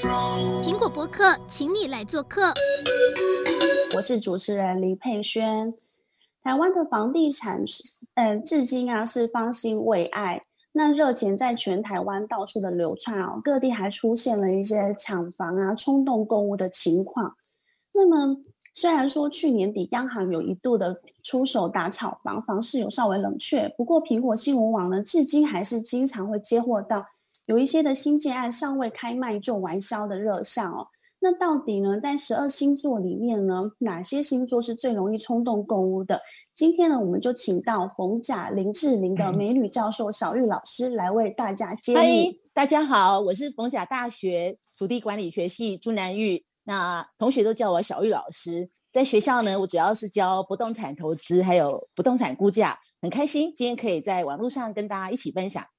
苹果播客，请你来做客。 我是主持人黎佩萱。台湾的房地产至今是方兴未艾，那热钱在全台湾到处的流窜各地还出现了一些抢房冲动购物的情况。那么虽然说去年底央行有一度的出手打炒房，房市有稍微冷却，不过苹果新闻网呢，至今还是经常会接获到有一些的新建案尚未开卖就完销的热项那到底呢，在12星座里面呢，哪些星座是最容易冲动购物的？今天呢，我们就请到逢甲林志玲的美女教授小玉老师来为大家揭秘。 大家好，我是逢甲大学土地管理学系朱南玉，那同学都叫我小玉老师。在学校呢，我主要是教不动产投资还有不动产估价，很开心今天可以在网络上跟大家一起分享。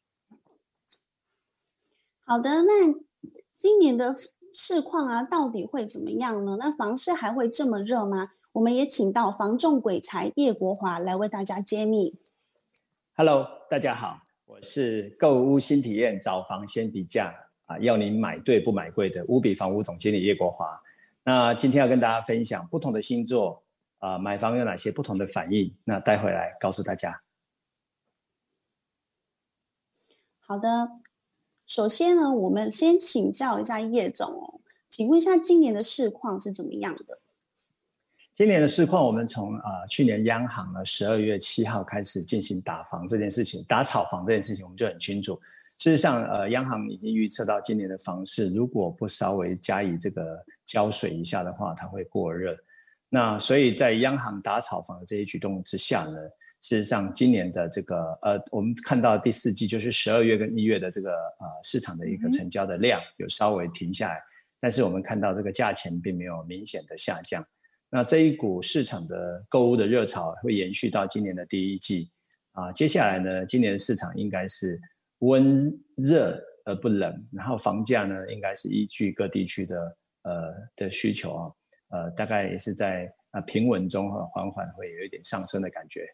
好的，那今年的市况到底会怎么样呢？那房市还会这么热吗？我们也请到房仲鬼才叶国华来为大家揭秘。 Hello， 大家好，我是购屋新体验，找房先比价要您买对不买贵的屋比房屋总经理叶国华。那今天要跟大家分享不同的星座买房有哪些不同的反应，那待会来告诉大家。 好的，首先呢，我们先请教一下叶总请问一下今年的市况是怎么样的？ 今年的市况，我们从去年央行呢12月7号开始进行打房这件事情，打炒房这件事情，我们就很清楚。事实上，央行已经预测到今年的房市，如果不稍微加以这个浇水一下的话，它会过热。那所以在央行打炒房的这些举动之下呢，事实上今年的这个我们看到第四季就是12月跟1月的这个市场的一个成交的量有稍微停下来，但是我们看到这个价钱并没有明显的下降。那这一股市场的购物的热潮会延续到今年的第一季接下来呢，今年的市场应该是温热而不冷，然后房价呢应该是依据各地区的需求大概也是在平稳中缓缓会有一点上升的感觉。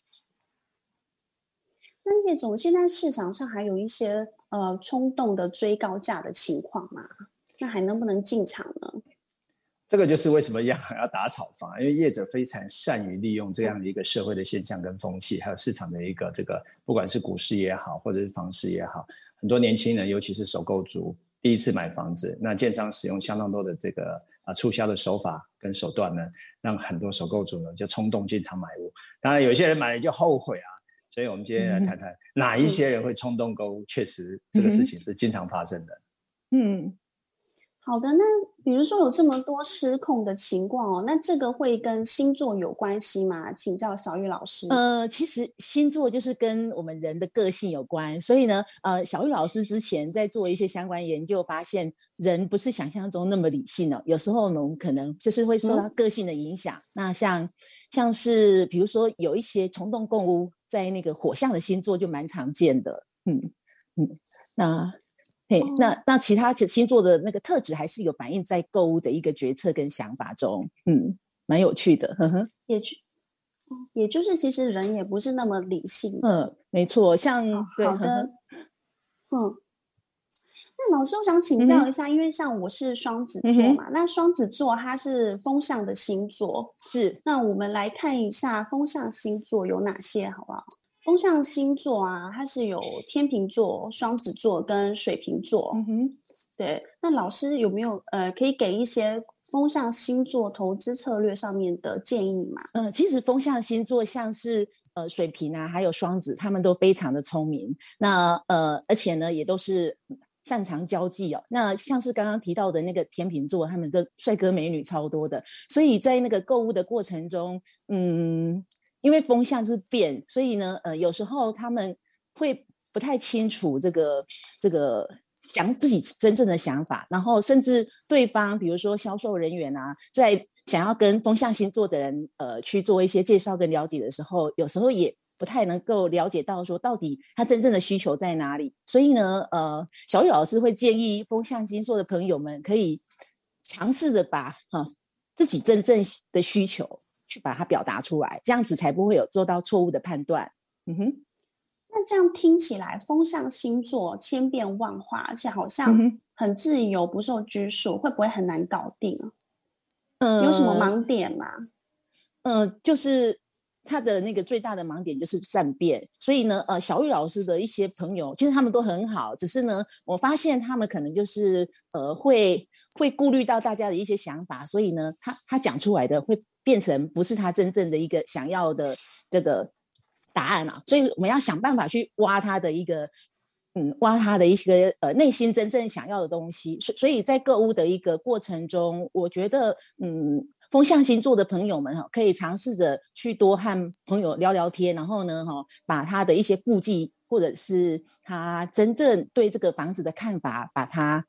那叶总，现在市场上还有一些冲动的追高价的情况吗？那还能不能进场呢？ 这个就是为什么央行要打炒房，因为业者非常善于利用这样的一个社会的现象跟风气，还有市场的一个这个不管是股市也好或者是房市也好，很多年轻人尤其是首购族第一次买房子，那建商使用相当多的这个促销的手法跟手段呢，让很多首购族呢就冲动进场买屋。当然有些人买了就后悔所以我们今天来谈谈哪一些人会冲动购屋，确实这个事情是经常发生的。 好的，那比如说有这么多失控的情况那这个会跟星座有关系吗？请教小玉老师。 其实星座就是跟我们人的个性有关，所以呢，小玉老师之前在做一些相关研究，发现人不是想象中那么理性有时候我们可能就是会受到个性的影响。那像是比如说有一些冲动购物，在那个火象的星座就蛮常见的。那其他星座的那个特质还是有反映在购物的一个决策跟想法中，蛮有趣的。 也就是其实人也不是那么理性。 没错，像对。 好的。那老师我想请教一下，因为像我是双子座嘛，那双子座它是风象的星座， 是。 那我们来看一下风象星座有哪些好不好？风象星座它是有天秤座、双子座跟水瓶座。对，那老师有没有可以给一些风象星座投资策略上面的建议吗？ 其实风象星座像是水瓶还有双子，他们都非常的聪明。那而且呢，也都是擅长交际那像是刚刚提到的那个天秤座，他们的帅哥美女超多的，所以在那个购物的过程中，因为风向是变，所以呢，有时候他们会不太清楚这个想自己真正的想法，然后甚至对方，比如说销售人员在想要跟风象星座的人去做一些介绍跟了解的时候，有时候也不太能够了解到说到底他真正的需求在哪里。所以呢，小雨老师会建议风象星座的朋友们可以尝试着把自己真正的需求去把它表达出来，这样子才不会有做到错误的判断。 那这样听起来，风象星座千变万化，而且好像很自由，不受拘束，会不会很难搞定啊？有什么盲点吗？ 就是他的那个最大的盲点就是善变，所以呢，小玉老师的一些朋友，其实他们都很好，只是呢，我发现他们可能就是会顾虑到大家的一些想法，所以呢，他讲出来的会变成不是他真正的一个想要的这个答案啊，所以我们要想办法去挖他的一个。挖他的一些内心真正想要的东西，所以在购物的一个过程中，我觉得风象星座的朋友们可以尝试着去多和朋友聊聊天，然后呢把他的一些顾忌或者是他真正对这个房子的看法，把它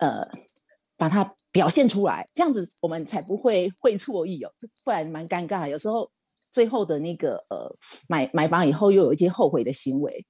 表现出来，这样子我们才不会错意不然蛮尴尬，有时候最后的那个买房以后又有一些后悔的行为。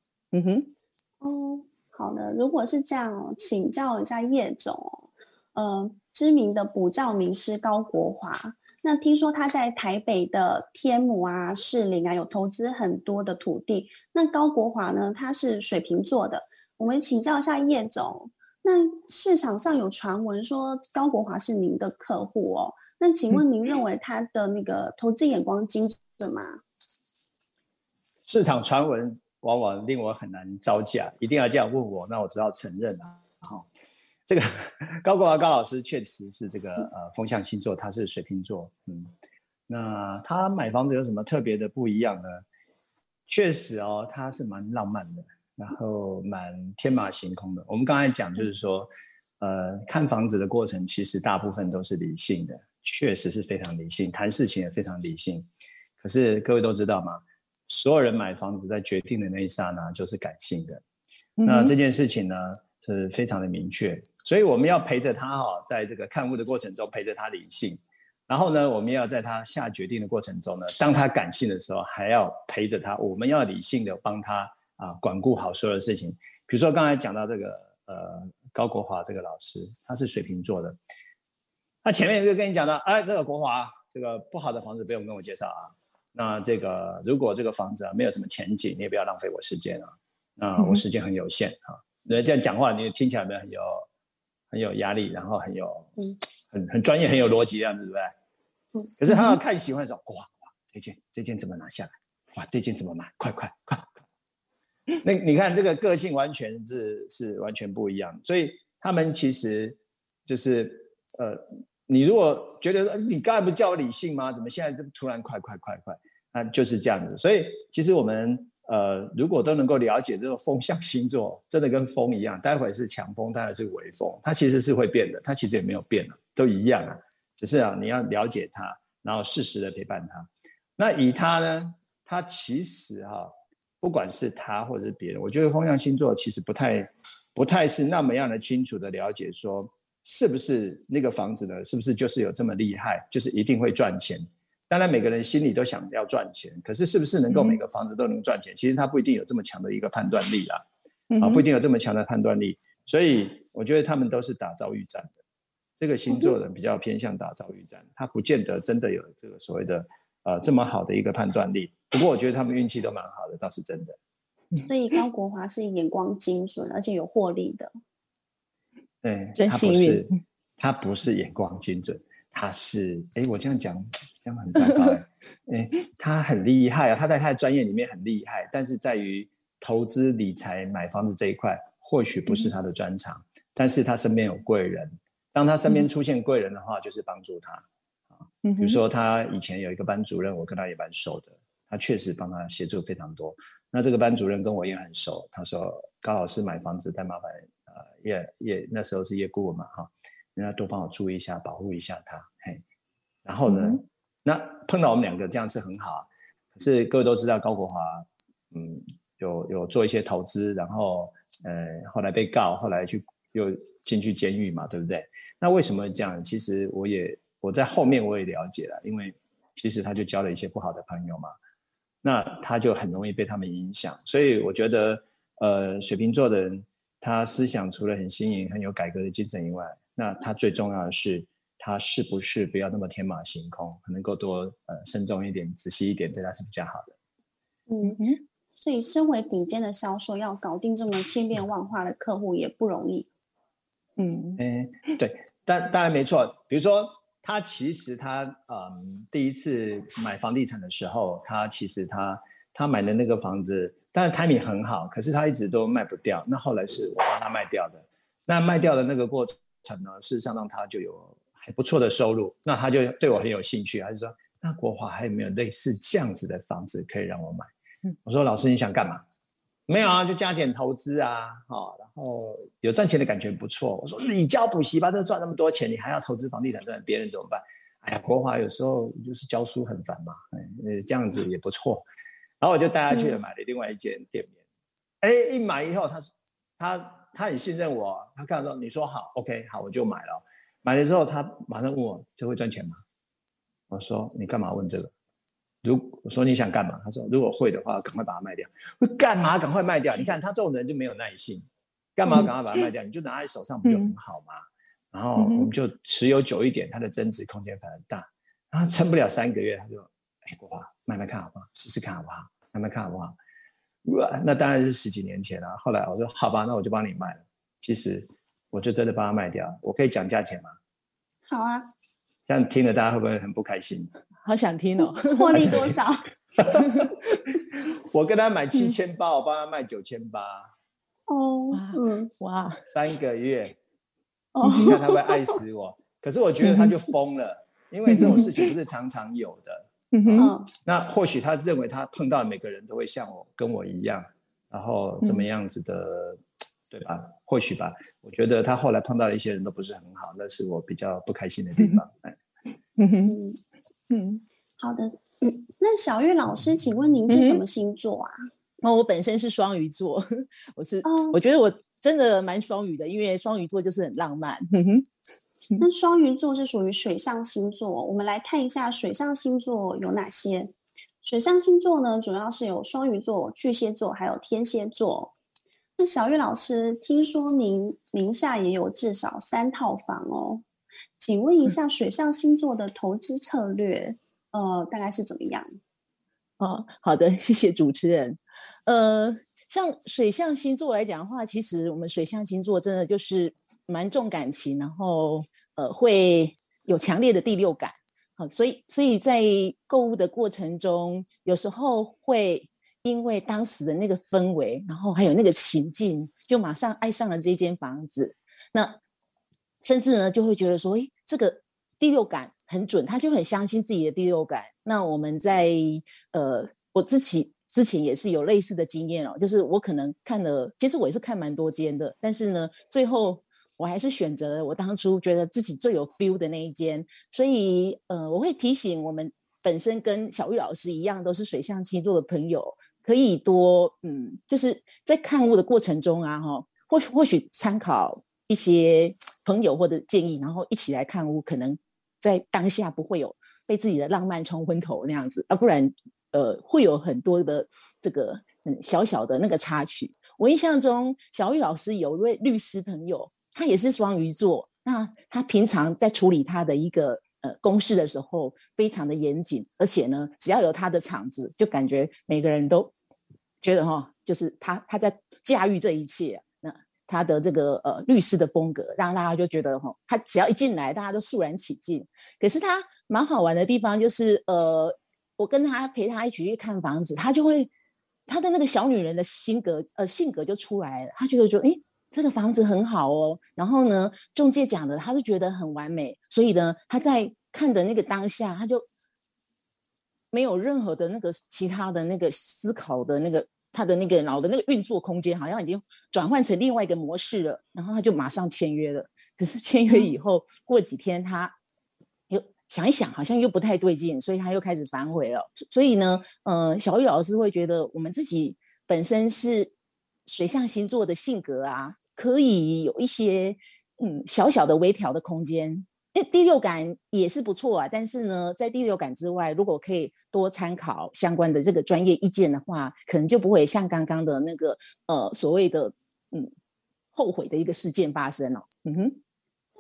好的，如果是这样，请教一下叶总，知名的补教名师高国华，那听说他在台北的天母啊、士林啊有投资很多的土地。那高国华呢，他是水瓶座的，我们请教一下叶总，那市场上有传闻说高国华是您的客户哦，那请问您认为他的那个投资眼光精准吗？ 市场传闻往往令我很难招架，一定要这样问我，那我只好承认啊。这个高国华高老师确实是这个风象星座，他是水瓶座，那他买房子有什么特别的不一样呢？确实哦，他是蛮浪漫的，然后蛮天马行空的。我们刚才讲就是说，看房子的过程其实大部分都是理性的，确实是非常理性，谈事情也非常理性。可是各位都知道嘛，所有人买房子在决定的那一刹那就是感性的。那这件事情呢是非常的明确，所以我们要陪着他在这个看屋的过程中陪着他理性，然后呢我们要在他下决定的过程中呢，当他感性的时候还要陪着他，我们要理性的帮他管顾好所有的事情。比如说刚才讲到这个高国华这个老师，他是水瓶座的，他前面就跟你讲到，这个国华这个不好的房子不用跟我介绍啊，那这个如果这个房子没有什么前景，你也不要浪费我时间啊，那我时间很有限啊。这样讲话你听起来有没有很有压力，然后很专业很有逻辑这样子，对不对？可是他要看喜欢的时候，哇这件怎么拿下来，哇这件怎么买，快那你看这个个性完全是完全不一样，所以他们其实就是你如果觉得你刚才不叫我理性吗？怎么现在就突然快，那就是这样子。所以其实我们如果都能够了解这个风象星座，真的跟风一样，待会是强风，待会是微风，它其实是会变的，它其实也没有变了，都一样啊。只是你要了解它，然后适时的陪伴它。那以他呢，他其实不管是他或者是别人，我觉得风象星座其实不太是那么样的清楚的了解说，是不是那个房子呢，是不是就是有这么厉害，就是一定会赚钱。当然每个人心里都想要赚钱，可是是不是能够每个房子都能赚钱，其实他不一定有这么强的一个判断力啦，不一定有这么强的判断力。所以我觉得他们都是打遭遇战的，这个星座人比较偏向打遭遇战，他不见得真的有这个所谓的这么好的一个判断力。不过我觉得他们运气都蛮好的，倒是真的。 所以高国华是眼光精准，而且有获利的。 对， 真幸运。 他不是眼光精准，他是我这样讲很糟糕他很厉害啊，他在他的专业里面很厉害，但是在于投资理财买房子这一块或许不是他的专长，但是他身边有贵人，当他身边出现贵人的话，就是帮助他比如说他以前有一个班主任，我跟他也蛮熟的，他确实帮他协助非常多。那这个班主任跟我也很熟，他说高老师买房子但麻烦那时候是业顾问嘛你要多帮我注意一下，保护一下他。然后呢那碰到我们两个这样是很好可是各位都知道高国华有做一些投资，然后后来被告，后来又进去监狱嘛，对不对？那为什么这样？其实我在后面我也了解了，因为其实他就交了一些不好的朋友嘛，那他就很容易被他们影响。所以我觉得水瓶座的人，他思想除了很新颖很有改革的精神以外，那他最重要的是他是不是不要那么天马行空，能够多慎重一点仔细一点，对他是比较好的。 所以身为顶尖的销售，要搞定这么千变万化的客户也不容易。 对，当然没错。比如说，他其实第一次买房地产的时候，他买的那个房子，当然 timing 很好，可是他一直都卖不掉。那后来是我帮他卖掉的。那卖掉的那个过程呢，事实上让他就有还不错的收入。那他就对我很有兴趣，他就说：“那国华还有没有类似这样子的房子可以让我买？”我说：“老师，你想干嘛？”没有啊，就加减投资啊，然后有赚钱的感觉不错。我说你教补习班都赚那么多钱，你还要投资房地产赚，别人怎么办？哎呀，国华有时候就是教书很烦嘛，这样子也不错。然后我就带他去了，买了另外一间店面。一买以后他很信任我，他看到说你说好 ，OK 好，我就买了。买了之后他马上问我这会赚钱吗？我说你干嘛问这个？我说你想干嘛？他说如果会的话，赶快把它卖掉。会干嘛？赶快卖掉！你看他这种人就没有耐性，干嘛赶快把它卖掉？你就拿在手上不就很好吗？然后我们就持有久一点，它的增值空间反而大。然后撑不了3个月，他就国华卖卖看好不好？试试看好不好？卖卖看好不好？那当然是10几年前了。后来我说好吧，那我就帮你卖了。其实我就真的帮他卖掉。我可以讲价钱吗？ 好啊。 这样听了大家会不会很不开心？ 好想听哦。 获利多少？ 我跟他买7800，我帮他卖9800。 哇 ，3个月，你看他会爱死我。可是我觉得他就疯了，因为这种事情不是常常有的。那或许他认为他碰到每个人都会像跟我一样，然后怎么样子的，对吧？或许吧。我觉得他后来碰到的一些人都不是很好，那是我比较不开心的地方。 好的。那小玉老师，请问您是什么星座啊？ 我本身是双鱼座，我觉得我真的蛮双鱼的，因为双鱼座就是很浪漫。 那双鱼座是属于水象星座，我们来看一下水象星座有哪些。水象星座呢，主要是有双鱼座、巨蟹座还有天蝎座。那小玉老师，听说您名下也有至少3套房哦，请问一下水象星座的投资策略大概是怎么样？ 好的，谢谢主持人。像水象星座来讲的话，其实我们水象星座真的就是蛮重感情，然后会有强烈的第六感。所以在购物的过程中，有时候会因为当时的那个氛围，然后还有那个情境，就马上爱上了这间房子。那甚至呢，就会觉得说，这个第六感很准，他就很相信自己的第六感。那我们在我自己之前也是有类似的经验哦，就是我可能看了，其实我也是看蛮多间的，但是呢，最后我还是选择了我当初觉得自己最有 feel 的那一间。所以我会提醒我们本身跟小玉老师一样都是水象星座的朋友，可以多就是在看屋的过程中啊，或许参考一些朋友或者建议，然后一起来看屋，可能在当下不会有被自己的浪漫冲昏头那样子，不然会有很多的这个小小的那个插曲。我印象中小玉老师有一位律师朋友，他也是双鱼座，那他平常在处理他的一个公事的时候非常的严谨，而且呢只要有他的场子，就感觉每个人都觉得就是他在驾驭这一切。那他的这个律师的风格让大家就觉得他只要一进来大家都肃然起敬。可是他蛮好玩的地方就是我跟他陪他一起去看房子，他就会他的那个小女人的性格就出来了。他觉得说这个房子很好哦，然后呢中介讲的他就觉得很完美，所以呢他在看的那个当下他就没有任何的那个其他的那个思考的那个他的那个脑的那个运作空间好像已经转换成另外一个模式了，然后他就马上签约了。可是签约以后过几天他又想一想好像又不太对劲，所以他又开始反悔了。所以呢小玉老师会觉得我们自己本身是水象星座的性格啊，可以有一些小小的微调的空间。第六感也是不错啊，但是呢在第六感之外，如果可以多参考相关的这个专业意见的话，可能就不会像刚刚的那个所谓的后悔的一个事件发生了。 那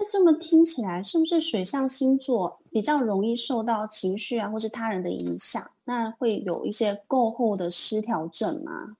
那这么听起来，是不是水象星座比较容易受到情绪啊，或是他人的影响？那会有一些购后的失调症吗？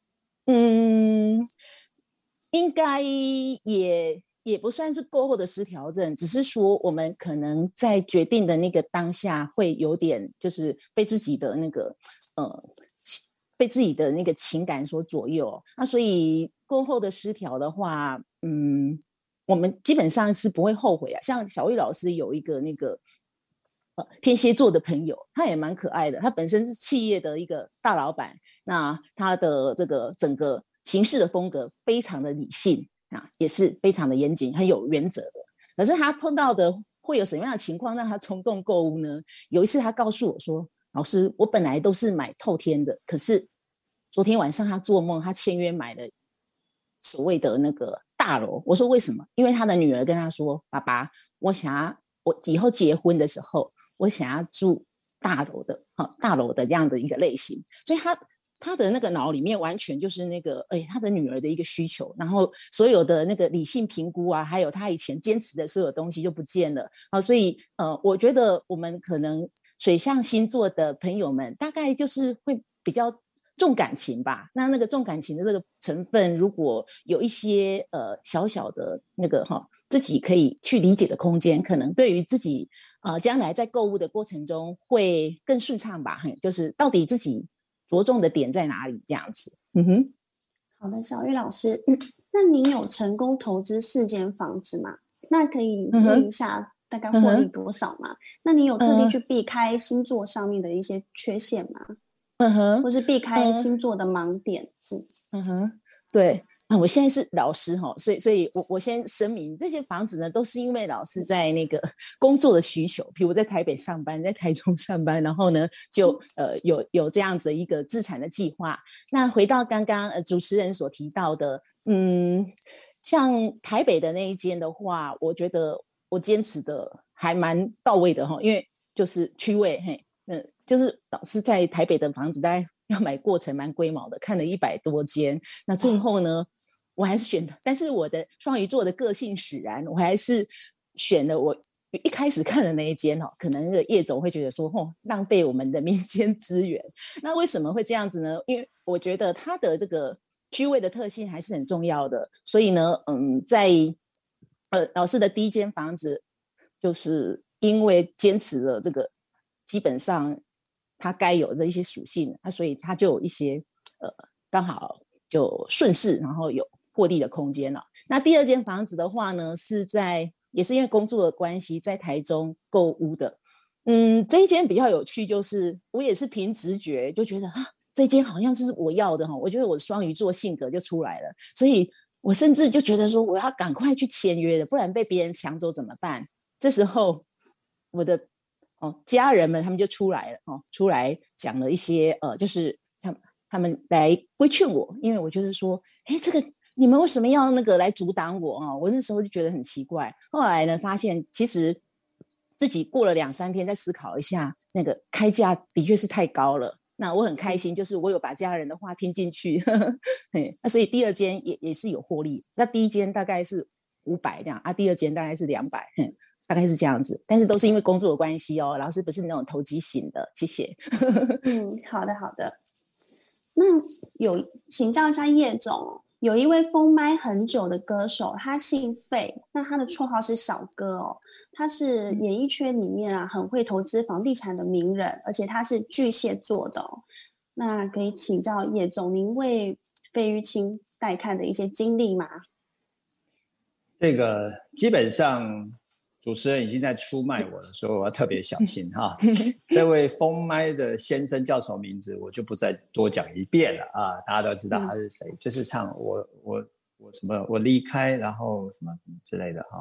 应该也不算是过后的失调症，只是说我们可能在决定的那个当下会有点就是被自己的那个被自己的那个情感所左右。那所以过后的失调的话，我们基本上是不会后悔啊。像小玉老师有一个那个天蝎座的朋友，他也蛮可爱的，他本身是企业的一个大老板，那他的这个整个行事的风格非常的理性啊，也是非常的严谨，很有原则的。可是他碰到的会有什么样的情况让他冲动购物呢？有一次他告诉我说，老师，我本来都是买透天的，可是昨天晚上他做梦，他签约买了所谓的那个大楼。我说为什么？因为他的女儿跟他说，爸爸，我以后结婚的时候，我想要住大楼的，大楼的这样的一个类型。所以他的那个脑里面完全就是那个他的女儿的一个需求，然后所有的那个理性评估啊，还有他以前坚持的所有东西就不见了啊。所以我觉得我们可能水象星座的朋友们大概就是会比较重感情吧。那个重感情的这个成分，如果有一些小小的那个自己可以去理解的空间，可能对于自己将来在购物的过程中会更顺畅吧。就是到底自己着重的点在哪里这样子。 好的，小玉老师，那您有成功投资4间房子吗？那可以问一下大概获利多少吗？那你有特地去避开星座上面的一些缺陷吗？或是避开星座的盲点？ 对。我现在是老师所以我先声明，这些房子呢都是因为老师在那个工作的需求，比如在台北上班，在台中上班，然后呢就有这样子一个自产的计划。那回到刚刚主持人所提到的，像台北的那一间的话，我觉得我坚持的还蛮到位的因为就是区位，就是老师在台北的房子大概要买过程蛮龟毛的，看了100多间，那最后呢我还是选的，但是我的双鱼座的个性使然，我还是选了我一开始看的那一间可能那个业总会觉得说浪费我们的民间资源。那为什么会这样子呢？因为我觉得它的这个区位的特性还是很重要的，所以呢在老师的第一间房子就是因为坚持了这个基本上它该有的一些属性，所以它就有一些刚好就顺势，然后有获利的空间了。那第二间房子的话呢，也是因为工作的关系在台中购屋的。这一间比较有趣，就是我也是凭直觉就觉得这间好像是我要的我觉得我双鱼座性格就出来了，所以我甚至就觉得说我要赶快去签约了，不然被别人抢走怎么办？这时候我的家人们他们就出来了出来讲了一些就是他们来规劝我，因为我觉得说这个你们为什么要那个来阻挡我我那时候就觉得很奇怪。后来呢发现其实自己过了2-3天再思考一下，那个开价的确是太高了。那我很开心，就是我有把家人的话听进去那所以第二间也是有获利。那第一间大概是500这样第二间大概是200大概是这样子，但是都是因为工作的关系老师不是那种投机型的。谢谢好的好的。那请教一下叶总，有一位封麦很久的歌手，他姓费，那他的绰号是小哥他是演艺圈里面很会投资房地产的名人，而且他是巨蟹座的那可以请教叶总，您为费玉清带看的一些经历吗？ 这个基本上主持人已经在出卖我了，所以我要特别小心这位封麦的先生叫什么名字，我就不再多讲一遍了大家都知道他是谁，就是唱我什么我离开，然后什么之类的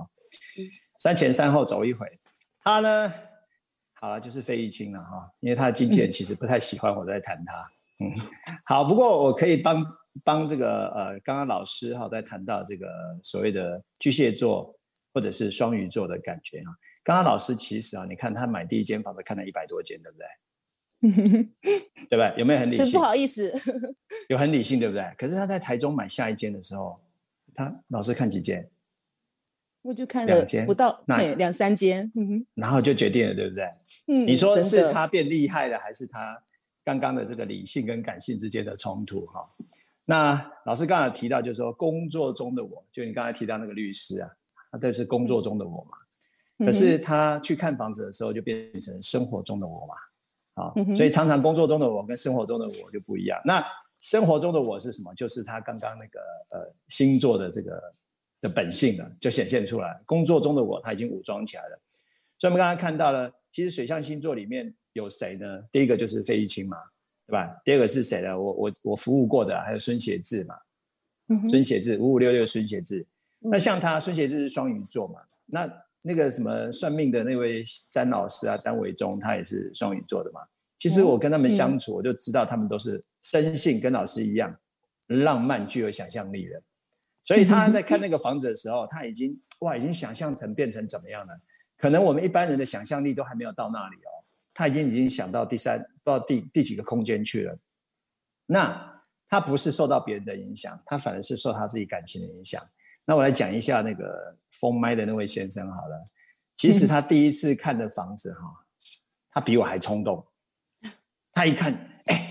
3前3后走一回。他呢，好了，就是费玉清了因为他的经纪人其实不太喜欢我在谈他。好，不过我可以帮这个刚刚老师在谈到这个所谓的巨蟹座或者是双鱼座的感觉刚刚老师其实你看他买第一间房子看了100多间，对不对？对不对？有没有很理性？ 不好意思， 有很理性，对不对？可是他在台中买下一间的时候，他老师看几间我就看了不到两三间， 然后就决定了，对不对？你说是他变厉害了，还是他刚刚的这个理性跟感性之间的冲突？那老师刚才提到，就是说工作中的我，就你刚才提到那个律师啊，他这是工作中的我嘛，可是他去看房子的时候就变成生活中的我嘛，所以常常工作中的我跟生活中的我就不一样。那生活中的我是什么？就是他刚刚那个星座的这个的本性了，就显现出来。工作中的我他已经武装起来了。所以我们刚刚看到了，其实水象星座里面有谁呢？第一个就是费玉清嘛，对吧？第二个是谁呢？我服务过的还有孙协志嘛，孙协志5566孙协志。那像他孙协志是双鱼座嘛，那个什么算命的那位詹老师啊，丹伟忠他也是双鱼座的嘛。其实我跟他们相处，我就知道他们都是生性跟老师一样浪漫，具有想象力的。所以他在看那个房子的时候，他已经想象成变成怎么样了？可能我们一般人的想象力都还没有到那里哦，他已经想到第三不知道第几个空间去了。那他不是受到别人的影响，他反而是受他自己感情的影响。那我来讲一下那个封麦的那位先生好了。其实他第一次看的房子他比我还冲动。他一看，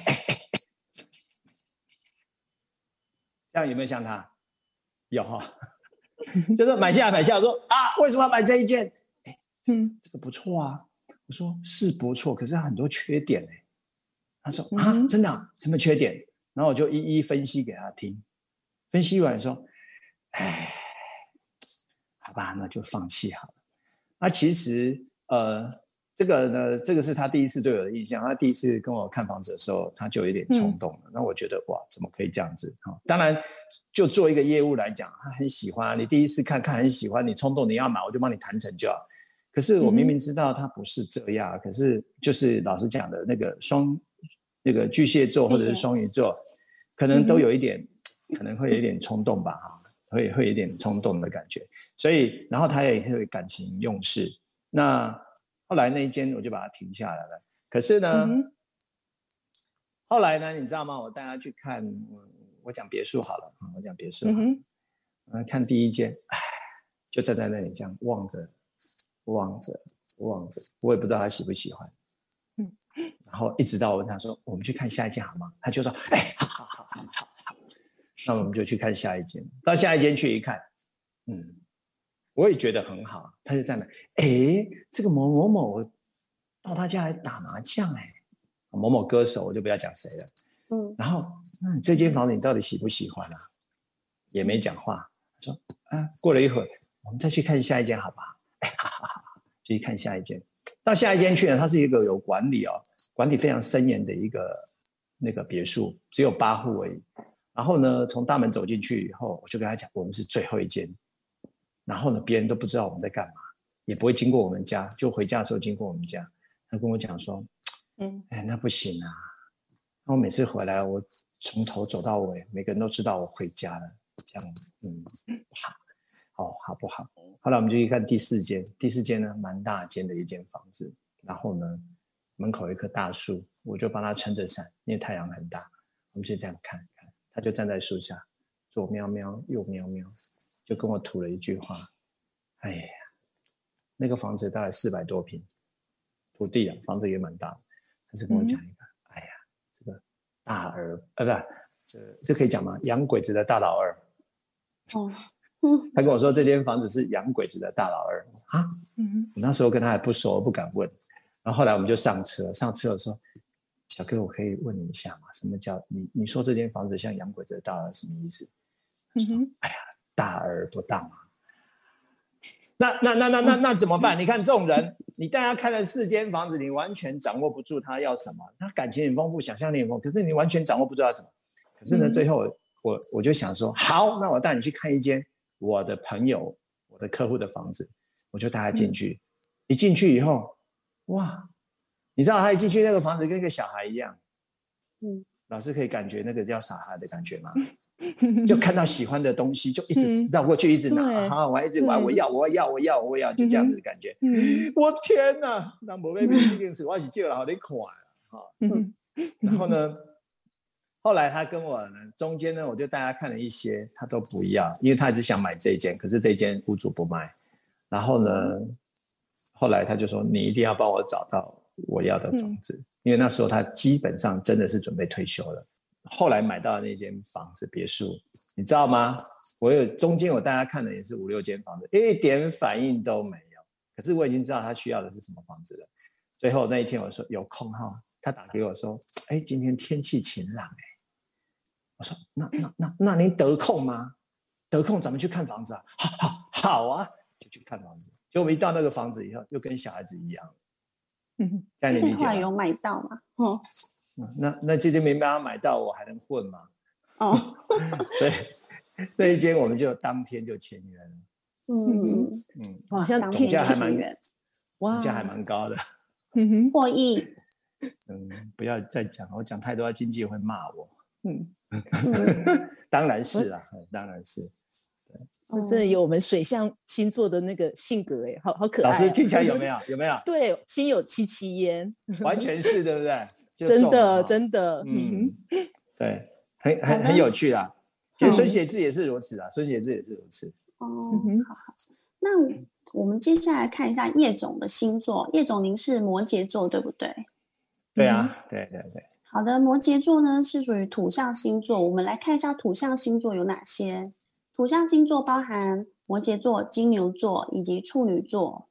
这样有没有像他？有就说买下，我说为什么要买这一件？这个不错啊。我说是不错，可是它很多缺点。他说真的啊？什么缺点？然后我就一一分析给他听。分析完说，好吧，那就放弃好了。那其实这个呢，这个是他第一次对我的印象。他第一次跟我看房子的时候，他就有点冲动了。那我觉得哇，怎么可以这样子？当然，就做一个业务来讲，他很喜欢你第一次看很喜欢，你冲动你要买，我就帮你谈成就好。可是我明明知道他不是这样，可是就是老师讲的那个巨蟹座或者是双鱼座，可能都有一点，可能会有一点冲动吧，会有一点冲动的感觉。所以，然后他也会感情用事。那后来那一间我就把它停下来了。可是呢，后来呢，你知道吗？我带他去看，我讲别墅好了，我讲别墅好了。看第一间，就站在那里这样望着，我也不知道他喜不喜欢。然后一直到我问他说：“我们去看下一间好吗？”他就说：“好。”那我们就去看下一间。到下一间去一看，我也觉得很好。他就在那，这个某某某到他家来打麻将，某某歌手我就不要讲谁了。然后那你这间房子你到底喜不喜欢啊？也没讲话。他说过了一会儿，我们再去看下一间好不好？好，就去看下一间。到下一间去呢，它是一个有管理管理非常森严的一个那个别墅，只有8户而已。然后呢，从大门走进去以后，我就跟他讲，我们是最后一间。然后呢，别人都不知道我们在干嘛，也不会经过我们家，就回家的时候经过我们家。他跟我讲说，那不行啊。我每次回来，我从头走到尾，每个人都知道我回家了，这样好不好？后来我们就去看第四间。第四间呢，蛮大间的一间房子。然后呢，门口有一棵大树，我就帮他撑着伞，因为太阳很大。我们就这样看，他就站在树下，左喵喵，右喵喵，就跟我吐了一句话：“哎呀，那个房子大概400多平，土地啊，房子也蛮大的。”他就跟我讲一个：“哎呀，这个大儿不，这可以讲吗？洋鬼子的大老二。”他跟我说这间房子是洋鬼子的大老二啊。我那时候跟他还不熟，不敢問。然后后来我们就上车我说：“小哥，我可以问你一下吗？什么叫你说这间房子像洋鬼子的大老二什么意思？”他说：“哎呀，大而不当啊。”那怎么办？你看这种人，你带他看了4间房子，你完全掌握不住他要什么。他感情很丰富，想象力很丰富，可是你完全掌握不住他什么。可是呢，最后我就想说，好，那我带你去看一间我的朋友、我的客户的房子，我就带他进去。一进去以后，哇，你知道他一进去那个房子跟一个小孩一样。老师可以感觉那个叫小孩的感觉吗？就看到喜欢的东西就一直绕过去，一直拿，我一直玩，我要，就这样子的感觉。我天哪，那没被这件事，我是借了好点款然后呢，后来他跟我呢，中间呢，我就带他看了一些，他都不要，因为他一直想买这间，可是这间屋主不卖。 然后呢，后来他就说你一定要帮我找到我要的房子，因为那时候他基本上真的是准备退休了。后来买到的那间房子别墅，你知道吗？中间我带他看的也是5、6间房子，一点反应都没有。可是我已经知道他需要的是什么房子了。最后那一天我说有空哈，他打给我说，今天天气晴朗我说那您得空吗？得空咱们去看房子啊？好啊，就去看房子。结果我们一到那个房子以后，又跟小孩子一样。这样你理解吗？ 后来有买到吗？ 那这间没办法买到，我还能混吗？所以那一间我们就当天就签约了。 好像股价还蛮高的。 获益。 不要再讲，我讲太多，经纪会骂我。当然是啊，当然是。 真的有我们水象星座的那个性格好可爱。 老师听起来有没有？有没有？ 对，心有戚戚焉， 完全是，对不对？ 真的， 对，很有趣啦。其实孙协志也是如此啊，孙协志也是如此。 好。那我们接下来看一下叶总的星座。叶总，您是摩羯座，对不对？ 对啊，对。 好的，摩羯座呢是属于土象星座。我们来看一下土象星座有哪些。土象星座包含摩羯座、金牛座以及处女座。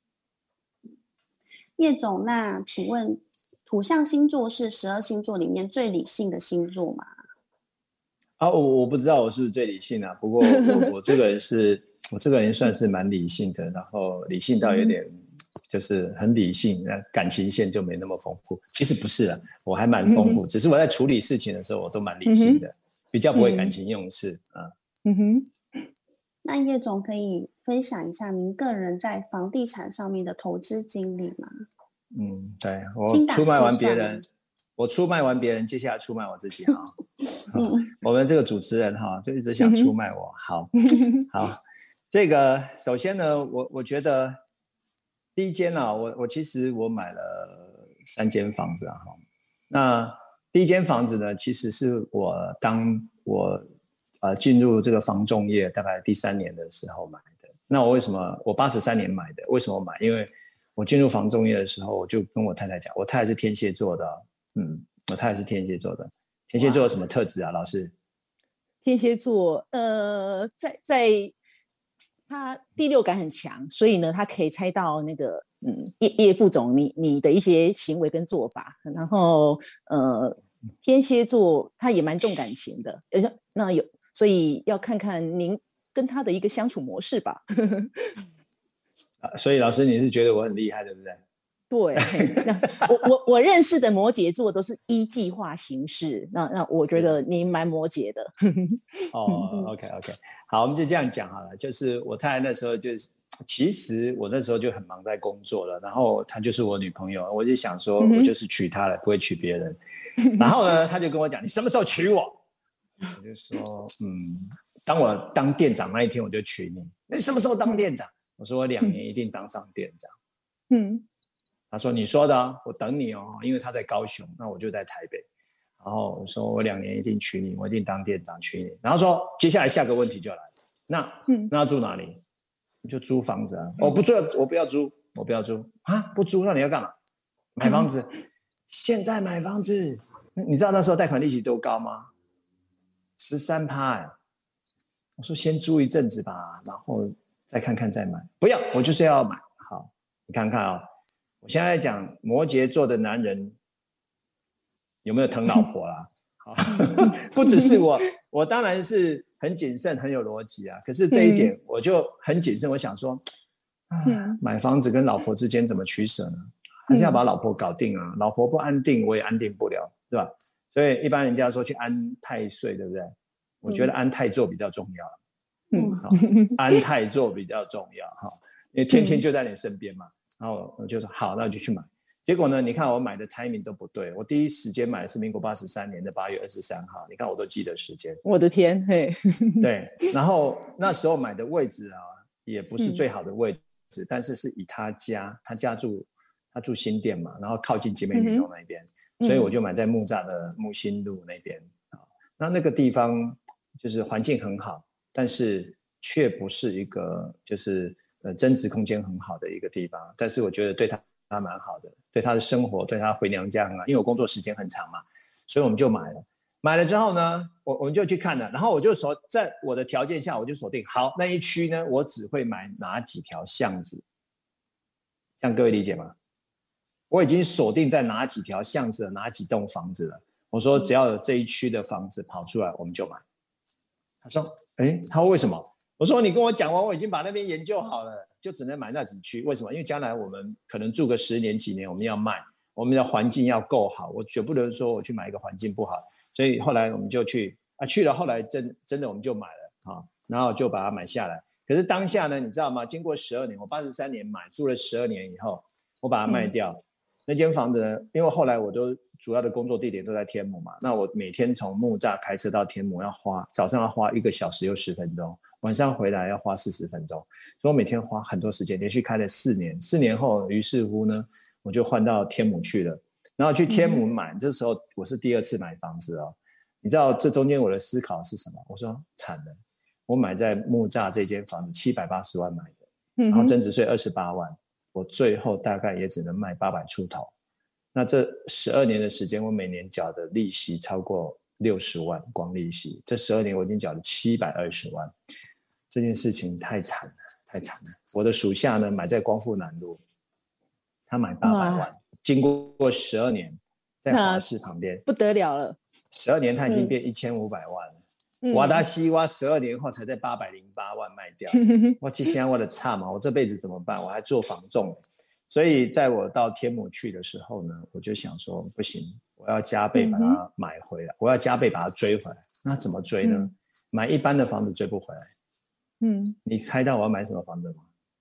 叶总，那请问土象星座是12星座里面最理性的星座吗？ 我不知道我是不是最理性啊，不过我这个人算是蛮理性的，然后理性到有点就是很理性，感情线就没那么丰富。其实不是啊，我还蛮丰富，只是我在处理事情的时候我都蛮理性的，比较不会感情用事啊。 那叶总可以分享一下您个人在房地产上面的投资经历吗？ 对，我出卖完别人，接下来出卖我自己啊。我们这个主持人就一直想出卖我。好，这个首先呢，我觉得第一间其实我买了3间房子啊。那第一间房子呢，其实是当我进入这个房仲业大概第3年的时候买的。那我83年买的，为什么买？因为我进入房仲业的时候，我就跟我太太讲，我太太是天蝎座的。我太太是天蝎座的。天蝎座有什么特质啊，老师？ 天蝎座在他第六感很强，所以呢，他可以猜到那个叶副总你的一些行为跟做法。然后天蝎座他也蛮重感情的，所以要看看您跟他的一个相处模式吧。 所以老师你是觉得我很厉害，对不对？ 对，我认识的摩羯座都是依计划行事，那我觉得您蛮摩羯的。 OK， 好，我们就这样讲好了。就是我太太那时候其实我那时候就很忙在工作了，然后她就是我女朋友，我就想说我就是娶她了，不会娶别人。然后呢，她就跟我讲，你什么时候娶我？我就说当我当店长那一天我就娶你。你什么时候当店长？我说我2年一定当上店长。他说你说的啊，我等你哦，因为他在高雄，那我就在台北。然后我说我2年一定娶你，我一定当店长娶你。然后说接下来下个问题就来了，那要住哪里？你就租房子啊。不住，我不要租啊，不租，那你要干嘛？买房子。现在买房子，你知道那时候贷款利息多高吗？13%。我说先租一阵子吧，然后再看看再买。不要，我就是要买。好，你看看我现在讲摩羯座的男人有没有疼老婆啦？不只是我当然是很谨慎很有逻辑啊，可是这一点我就很谨慎。我想说买房子跟老婆之间怎么取舍呢？还是要把老婆搞定啊。老婆不安定我也安定不了，对吧？所以一般人家说去安太岁，对不对？我觉得安太座比较重要。安太座比较重要，因为天天就在你身边嘛。然后我就说好，那我就去买。结果呢，你看我买的 timing 都不对。我第一时间买的是民国83年的8月23号，你看我都记得时间。 我的天，嘿， 对。然后那时候买的位置也不是最好的位置，但是是以他住新店嘛，然后靠近集美女中那边，所以我就买在木栅的木星路那边。那个地方就是环境很好，但是却不是一个就是增值空间很好的一个地方，但是我觉得对他蛮好的，对他的生活，对他回娘家很好，因为我工作时间很长嘛，所以我们就买了。买了之后呢，我们就去看了，然后我就在我的条件下，我就锁定好那一区呢，我只会买哪几条巷子，这样各位理解吗？我已经锁定在哪几条巷子了，哪几栋房子了。我说只要有这一区的房子跑出来，我们就买。他说，他说为什么？我说你跟我讲完，我已经把那边研究好了，就只能买那几区。为什么？因为将来我们可能住个10年几年，我们要卖，我们的环境要够好，我绝不能说我去买一个环境不好。所以后来我们就去了，后来真的我们就买了啊，然后就把它买下来。可是当下呢，你知道吗？经过12年，我83年买，住了12年以后，我把它卖掉。那间房子呢，因为后来我都主要的工作地点都在天母嘛，那我每天从木栅开车到天母早上要花1个小时又10分钟，晚上回来要花40分钟，所以我每天花很多时间，连续开了4年。4年后，于是乎呢，我就换到天母去了。然后去天母买，这时候我是第2次买房子哦。你知道这中间我的思考是什么？我说惨了，我买在木栅这间房子780万买的，然后增值税28万，我最后大概也只能卖800出头。那这12年的时间，我每年缴的利息超过60万，光利息。这12年我已经缴了720万，这件事情太惨了，太惨了。我的属下呢，买在光复南路，他买800万，经过12年，在华视旁边， 不得了了。 12年他已经变1500万了。瓦达西瓜12年后才在808万卖掉。我其实我的差嘛，我这辈子怎么办？我还做房仲。所以在我到天母去的时候呢，我就想说不行，我要加倍把它买回来，我要加倍把它追回来。那怎么追呢？买一般的房子追不回来。你猜到我要买什么房子吗？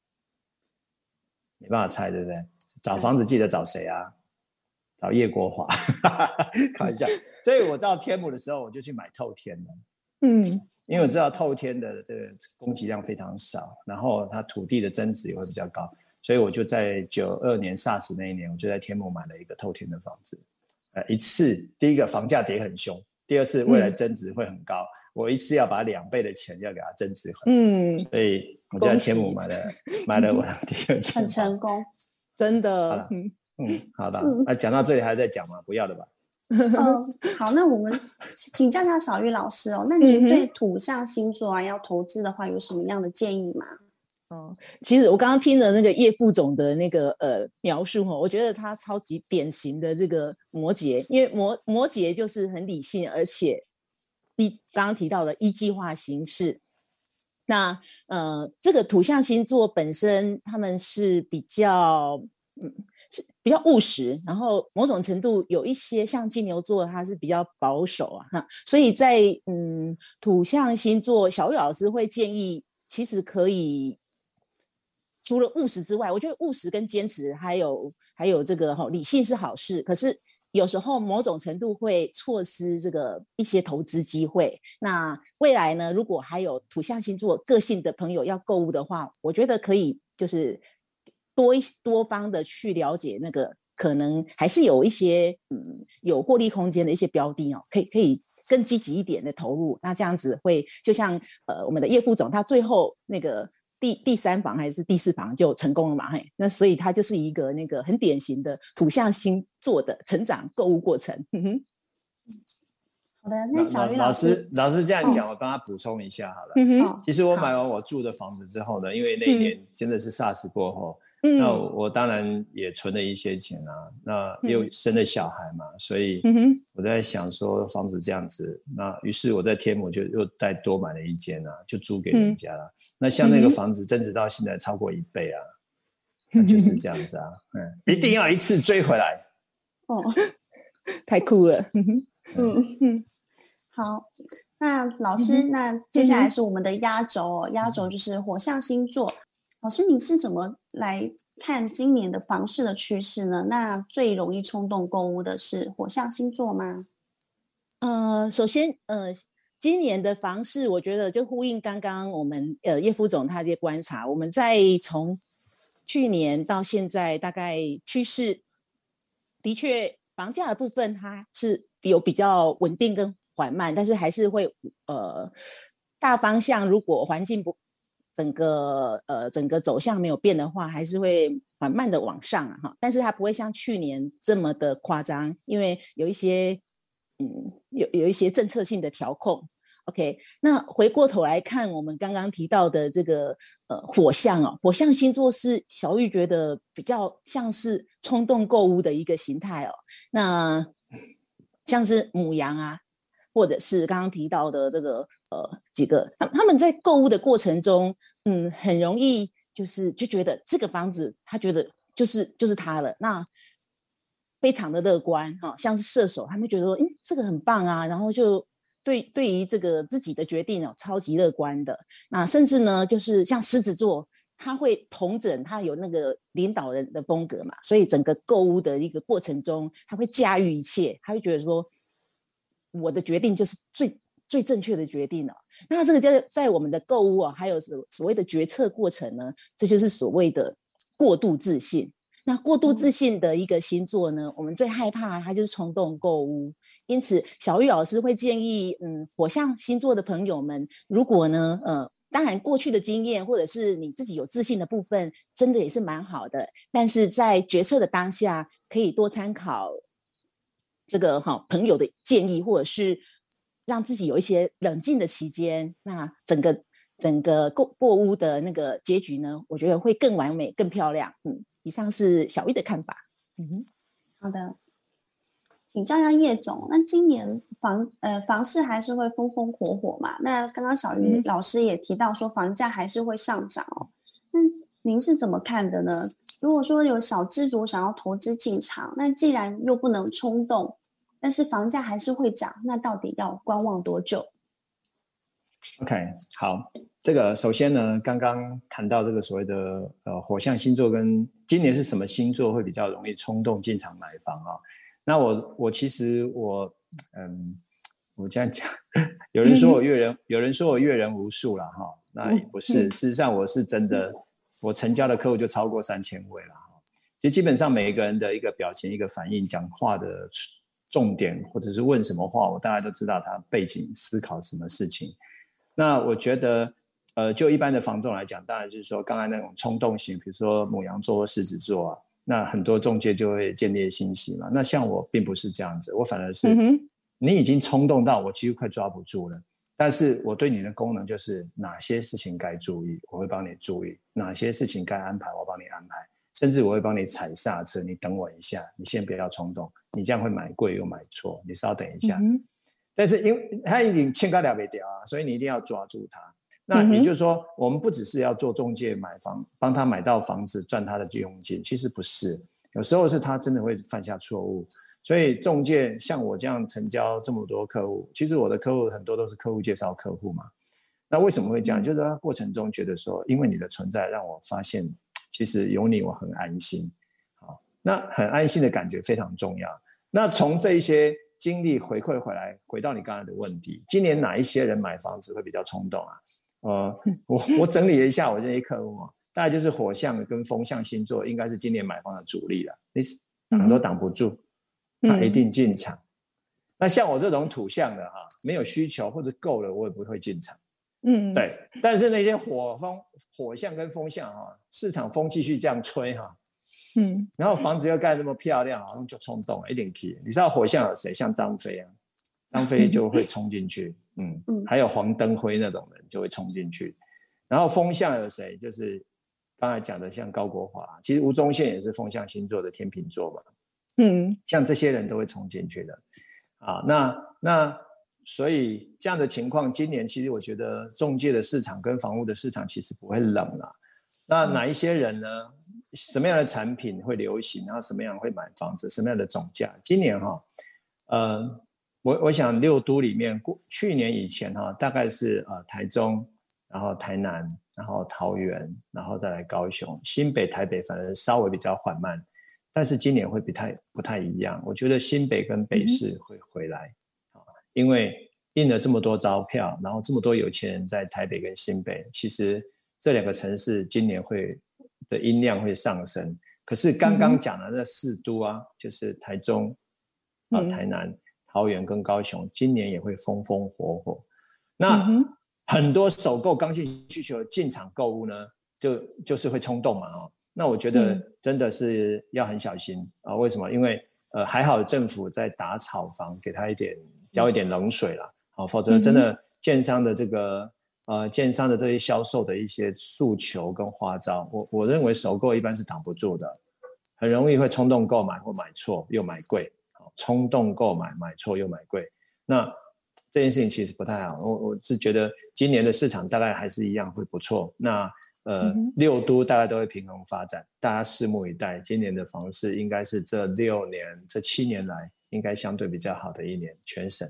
没办法猜，对不对？找房子记得找谁啊？找叶国华。开玩笑。所以我到天母的时候，我就去买透天的。因为我知道透天的这个供给量非常少，然后它土地的增值也会比较高，所以我就在92年 SARS 那一年，我就在天母买了一个透天的房子。一次，第一个房价跌很凶，第二次未来增值会很高，我一次要把2倍的钱要给它增值回来。所以我就在天母买了我的第2间， 很成功， 真的。 好的。讲到这里还在讲吗？不要的吧。 好，那我们请教一下小玉老师哦。那您对土象星座啊，要投资的话，有什么样的建议吗？ 其实我刚刚听了那个叶副总的那个描述我觉得他超级典型的这个摩羯，因为摩羯就是很理性，而且刚刚提到的依计划行事。那这个土象星座本身他们是比较务实，然后某种程度有一些像金牛座它是比较保守所以在土象星座，小玉老师会建议其实可以除了务实之外，我觉得务实跟坚持还有这个理性是好事，可是有时候某种程度会错失这个一些投资机会。那未来呢，如果还有土象星座个性的朋友要购物的话，我觉得可以就是多方的去了解那个可能还是有一些有获利空间的一些标的可以更积极一点的投入。那这样子会就像我们的叶副总他最后那个第3房还是第4房就成功了嘛，那所以他就是一个那个很典型的土象星座的成长购物过程。 好的，那小玉老师这样讲，我帮他补充一下好了。其实我买完我住的房子之后呢，因为那一年真的是 SARS 过后，那我当然也存了一些钱啊，那又生了小孩嘛，所以我在想说房子这样子，那于是我在天母就又再多买了一间啊，就租给人家了。那像那个房子增值到现在超过1倍啊，那就是这样子啊。一定要一次追回来。 太酷了。 好，那老师，那接下来是我们的压轴压轴就是火象星座。老师，你是怎么来看今年的房市的趋势呢？那最容易冲动购物的是火象星座吗？ 首先今年的房市我觉得就呼应刚刚我们叶副总他的观察，我们在从去年到现在大概趋势的确房价的部分它是有比较稳定跟缓慢，但是还是会大方向如果环境整个走向没有变的话，还是会缓慢的往上啊，但是它不会像去年这么的夸张，因为有一些有一些政策性的调控。OK， 那回过头来看我们刚刚提到的这个火象哦，火象星座是小玉觉得比较像是冲动购物的一个形态哦。那像是牡羊啊，或者是刚刚提到的这个几个，他们在购物的过程中，很容易就觉得这个房子他觉得就是他了，那非常的乐观像是射手，他们觉得说，这个很棒啊，然后就对于这个自己的决定超级乐观的。那甚至呢，就是像狮子座，他会统整，他有那个领导人的风格嘛，所以整个购物的一个过程中，他会驾驭一切，他会觉得说，我的决定就是最正确的决定了。那这个在我们的购物还有所谓的决策过程呢，这就是所谓的过度自信。那过度自信的一个星座呢，我们最害怕它就是冲动购物。因此小玉老师会建议火象星座的朋友们，如果呢当然过去的经验或者是你自己有自信的部分真的也是蛮好的，但是在决策的当下可以多参考这个朋友的建议，或者是让自己有一些冷静的期间，那整个过屋的那个结局呢，我觉得会更完美更漂亮。以上是小玉的看法。 好的，请教一下叶总，那今年房市还是会风风火火嘛？那刚刚小玉老师也提到说房价还是会上涨哦，那您是怎么看的呢？如果说有小资族想要投资进场，那既然又不能冲动，但是房价还是会涨，那到底要观望多久？ OK， 好，这个首先呢，刚刚谈到这个所谓的火象星座跟今年是什么星座会比较容易冲动进场买房啊？那我其实我这样讲，有人说我阅人无数啦哈，那也不是，事实上我是真的，我成交的客户就超过3000位了哈。其实基本上每一个人的一个表情、一个反应、讲话的重点，或者是问什么话，我大概都知道他背景思考什么事情。那我觉得就一般的房仲来讲，当然就是说刚才那种冲动型，比如说牡羊座或狮子座啊，那很多中介就会见猎心喜嘛。那像我并不是这样子，我反而是你已经冲动到我几乎快抓不住了，但是我对你的功能就是哪些事情该注意我会帮你注意，哪些事情该安排我帮你安排，甚至我会帮你踩刹车，你等我一下，你先不要冲动，你这样会买贵又买错，你稍等一下。但是因为他已经欠高了没掉啊，所以你一定要抓住他。那也就是说，我们不只是要做中介买房，帮他买到房子赚他的佣金，其实不是，有时候是他真的会犯下错误。所以中介像我这样成交这么多客户，其实我的客户很多都是客户介绍客户嘛。那为什么会这样？就是他过程中觉得说，因为你的存在让我发现，其实有你我很安心。好，那很安心的感觉非常重要。那从这一些经历回馈回来，回到你刚才的问题，今年哪一些人买房子会比较冲动啊？我整理了一下我这些客户大概就是火象跟风象星座，应该是今年买房的主力了，你挡都挡不住，他一定进场。那像我这种土象的没有需求或者够了，我也不会进场。对。但是那些火象跟风象市场风继续这样吹然后房子又盖那么漂亮，好像就冲动了，一点气。你知道火象有谁？像张飞啊，张飞就会冲进去，还有黄登辉那种人就会冲进去。然后风象有谁？就是刚才讲的像高国华，其实吴宗宪也是风象星座的天秤座嘛，像这些人都会冲进去的那所以这样的情况，今年其实我觉得中介的市场跟房屋的市场其实不会冷啦。那哪一些人呢？什么样的产品会流行？然后什么样会买房子？什么样的总价？今年我想6都里面，去年以前大概是台中，然后台南，然后桃园，然后再来高雄，新北、台北反而稍微比较缓慢，但是今年会不太一样。我觉得新北跟北市会回来，因为印了这么多招票，然后这么多有钱人在台北跟新北，其实这2个城市今年的音量会上升。可是刚刚讲的那4都就是台中、台南、桃园跟高雄，今年也会风风火火。那很多首购刚性需求进场购物呢，就是会冲动嘛那我觉得真的是要很小心为什么？因为还好政府在打炒房，给他浇一点冷水啦否则真的建商的建商的这些销售的一些诉求跟花招，我认为首购一般是挡不住的，很容易会冲动购买或买错又买贵，冲动购买买错又买贵，那这件事情其实不太好。我是觉得今年的市场大概还是一样会不错。那六都大概都会平衡发展，大家拭目以待。今年的房市应该是这6年、这7年来应该相对比较好的一年，全省。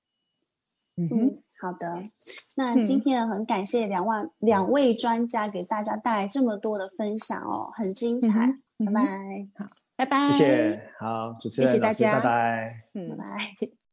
好的。那今天很感谢两位专家给大家带来这么多的分享很精彩。拜拜。 好，拜拜。 谢谢，好，主持人， 谢谢大家， 拜拜。 拜拜。